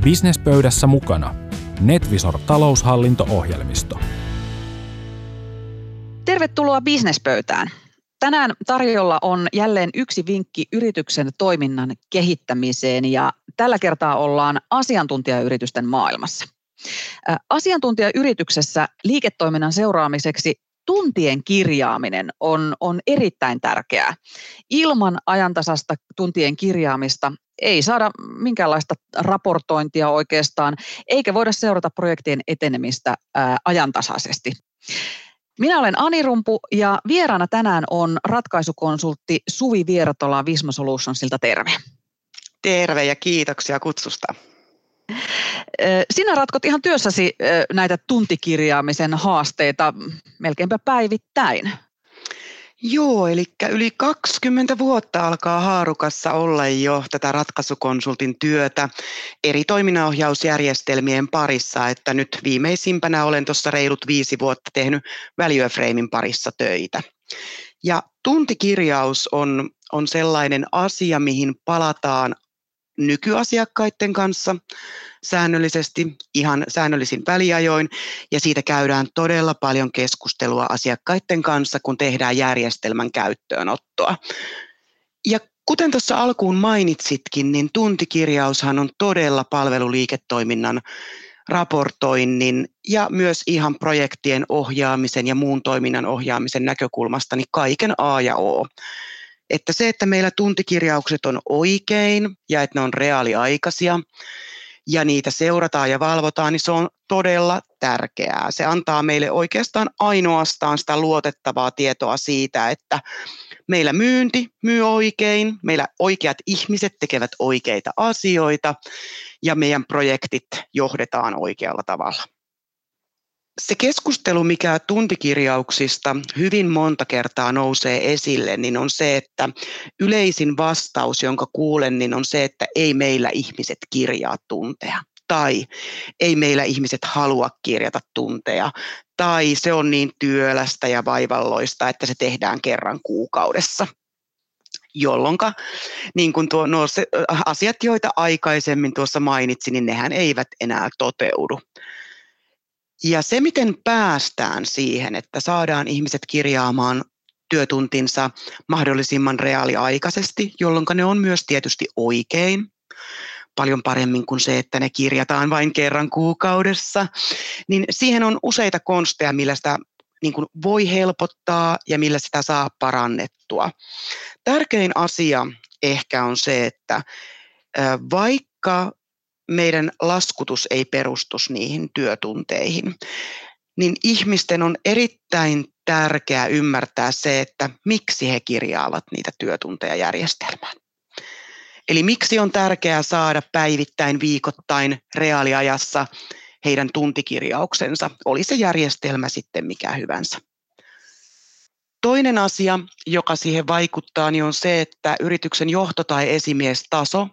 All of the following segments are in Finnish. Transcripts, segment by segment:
Businesspöydässä mukana NetVisor taloushallinto-ohjelmisto. Tervetuloa Businesspöytään. Tänään tarjolla on jälleen yksi vinkki yrityksen toiminnan kehittämiseen ja tällä kertaa ollaan asiantuntijayritysten maailmassa. Asiantuntijayrityksessä liiketoiminnan seuraamiseksi tuntien kirjaaminen on erittäin tärkeää. Ilman ajantasasta tuntien kirjaamista ei saada minkäänlaista raportointia oikeastaan, eikä voida seurata projektien etenemistä ajantasaisesti. Minä olen Ani Rumpu ja vieraana tänään on ratkaisukonsultti Suvi Viertola Visma Solutionsilta. Terve. Terve ja kiitoksia kutsusta. Sinä ratkot ihan työssäsi näitä tuntikirjaamisen haasteita melkeinpä päivittäin. Joo, eli yli 20 vuotta alkaa haarukassa olla jo tätä ratkaisukonsultin työtä eri toiminnanohjausjärjestelmien parissa, että nyt viimeisimpänä olen tuossa reilut 5 vuotta tehnyt Value Framen parissa töitä. Ja tuntikirjaus on sellainen asia, mihin palataan nykyasiakkaiden kanssa säännöllisesti, ihan säännöllisin väliajoin, ja siitä käydään todella paljon keskustelua asiakkaiden kanssa, kun tehdään järjestelmän käyttöönottoa. Ja kuten tuossa alkuun mainitsitkin, niin tuntikirjaushan on todella palveluliiketoiminnan raportoinnin ja myös ihan projektien ohjaamisen ja muun toiminnan ohjaamisen näkökulmasta niin kaiken A ja O. Että se, että meillä tuntikirjaukset on oikein ja että ne on reaaliaikaisia ja niitä seurataan ja valvotaan, niin se on todella tärkeää. Se antaa meille oikeastaan ainoastaan sitä luotettavaa tietoa siitä, että meillä myynti myy oikein, meillä oikeat ihmiset tekevät oikeita asioita ja meidän projektit johdetaan oikealla tavalla. Se keskustelu, mikä tuntikirjauksista hyvin monta kertaa nousee esille, niin on se, että yleisin vastaus, jonka kuulen, niin on se, että ei meillä ihmiset kirjaa tunteja. Tai ei meillä ihmiset halua kirjata tunteja. Tai se on niin työlästä ja vaivalloista, että se tehdään kerran kuukaudessa. Jolloinka niin kun asiat, joita aikaisemmin tuossa mainitsin, niin nehän eivät enää toteudu. Ja se, miten päästään siihen, että saadaan ihmiset kirjaamaan työtuntinsa mahdollisimman reaaliaikaisesti, jolloin ne on myös tietysti oikein, paljon paremmin kuin se, että ne kirjataan vain kerran kuukaudessa, niin siihen on useita konsteja, millä sitä niin kuin voi helpottaa ja millä sitä saa parannettua. Tärkein asia ehkä on se, että vaikka meidän laskutus ei perustu niihin työtunteihin, niin ihmisten on erittäin tärkeää ymmärtää se, että miksi he kirjaavat niitä työtunteja järjestelmään. Eli miksi on tärkeää saada päivittäin, viikoittain, reaaliajassa heidän tuntikirjauksensa, oli se järjestelmä sitten mikä hyvänsä. Toinen asia, joka siihen vaikuttaa, niin on se, että yrityksen johto- tai esimiestaso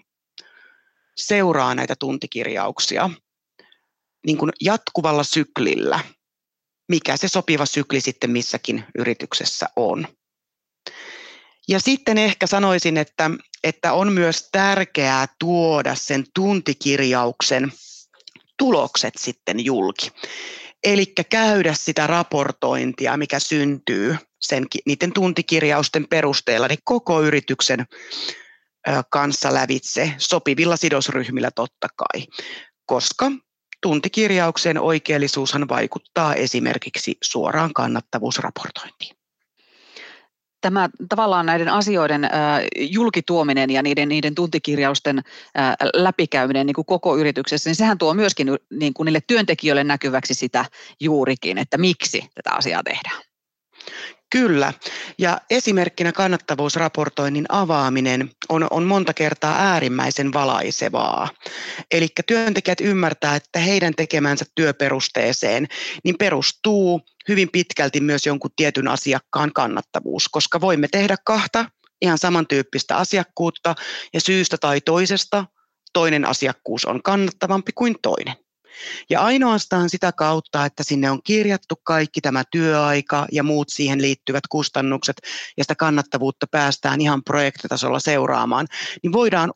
seuraa näitä tuntikirjauksia niin kuin jatkuvalla syklillä, mikä se sopiva sykli sitten missäkin yrityksessä on. Ja sitten ehkä sanoisin, että on myös tärkeää tuoda sen tuntikirjauksen tulokset sitten julki. Eli käydä sitä raportointia, mikä syntyy niiden tuntikirjausten perusteella, niin koko yrityksen kanssa lävitse sopivilla sidosryhmillä totta kai, koska tuntikirjauksen oikeellisuushan vaikuttaa esimerkiksi suoraan kannattavuusraportointiin. Tämä tavallaan näiden asioiden julkituominen ja niiden tuntikirjausten läpikäyminen niin kuin koko yrityksessä, niin sehän tuo myöskin niin kuin niille työntekijöille näkyväksi sitä juurikin, että miksi tätä asiaa tehdään. Kyllä, ja esimerkkinä kannattavuusraportoinnin avaaminen on monta kertaa äärimmäisen valaisevaa. Eli työntekijät ymmärtää, että heidän tekemänsä työperusteeseen niin perustuu hyvin pitkälti myös jonkun tietyn asiakkaan kannattavuus, koska voimme tehdä 2 ihan samantyyppistä asiakkuutta ja syystä tai toisesta toinen asiakkuus on kannattavampi kuin toinen. Ja ainoastaan sitä kautta, että sinne on kirjattu kaikki tämä työaika ja muut siihen liittyvät kustannukset ja sitä kannattavuutta päästään ihan projektitasolla seuraamaan, niin voidaan oppia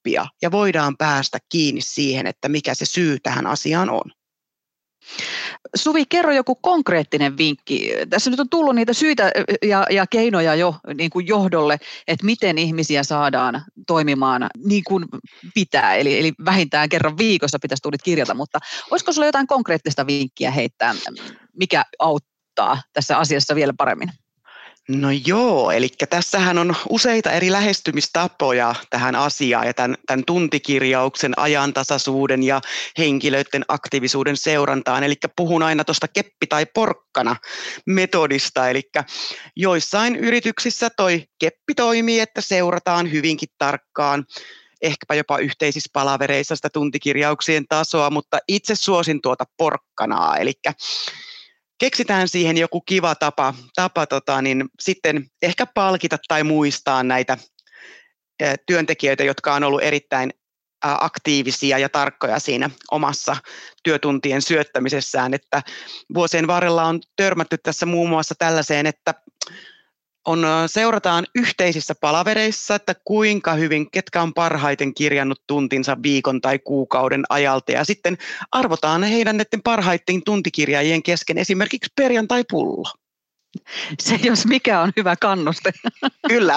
oppia ja voidaan päästä kiinni siihen, että mikä se syy tähän asiaan on. Suvi, kerro joku konkreettinen vinkki. Tässä nyt on tullut niitä syitä ja keinoja jo niin kuin johdolle, että miten ihmisiä saadaan toimimaan niin kuin pitää. Eli vähintään kerran viikossa pitäisi tunnit kirjata, mutta olisiko sulla jotain konkreettista vinkkiä heittää, mikä auttaa tässä asiassa vielä paremmin? No joo, eli tässähän on useita eri lähestymistapoja tähän asiaan ja tämän tuntikirjauksen ajantasaisuuden ja henkilöiden aktiivisuuden seurantaan. Eli puhun aina tuosta keppi- tai porkkana-metodista, eli joissain yrityksissä toi keppi toimii, että seurataan hyvinkin tarkkaan, ehkäpä jopa yhteisissä palavereissa sitä tuntikirjauksien tasoa, mutta itse suosin tuota porkkanaa, eli keksitään siihen joku kiva tapa sitten ehkä palkita tai muistaa näitä työntekijöitä, jotka on ollut erittäin aktiivisia ja tarkkoja siinä omassa työtuntien syöttämisessään. Että vuosien varrella on törmätty tässä muun muassa tällaiseen, että seurataan yhteisissä palavereissa, että kuinka hyvin, ketkä on parhaiten kirjannut tuntinsa viikon tai kuukauden ajalta ja sitten arvotaan heidän näiden parhaiten tuntikirjaajien kesken esimerkiksi perjantai-pullo. Se jos mikä on hyvä kannuste. Kyllä.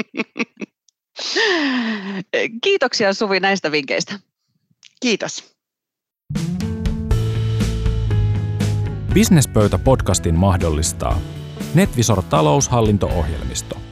Kiitoksia Suvi näistä vinkkeistä. Kiitos. Businesspöytä podcastin mahdollistaa NetVisor taloushallinto-ohjelmisto.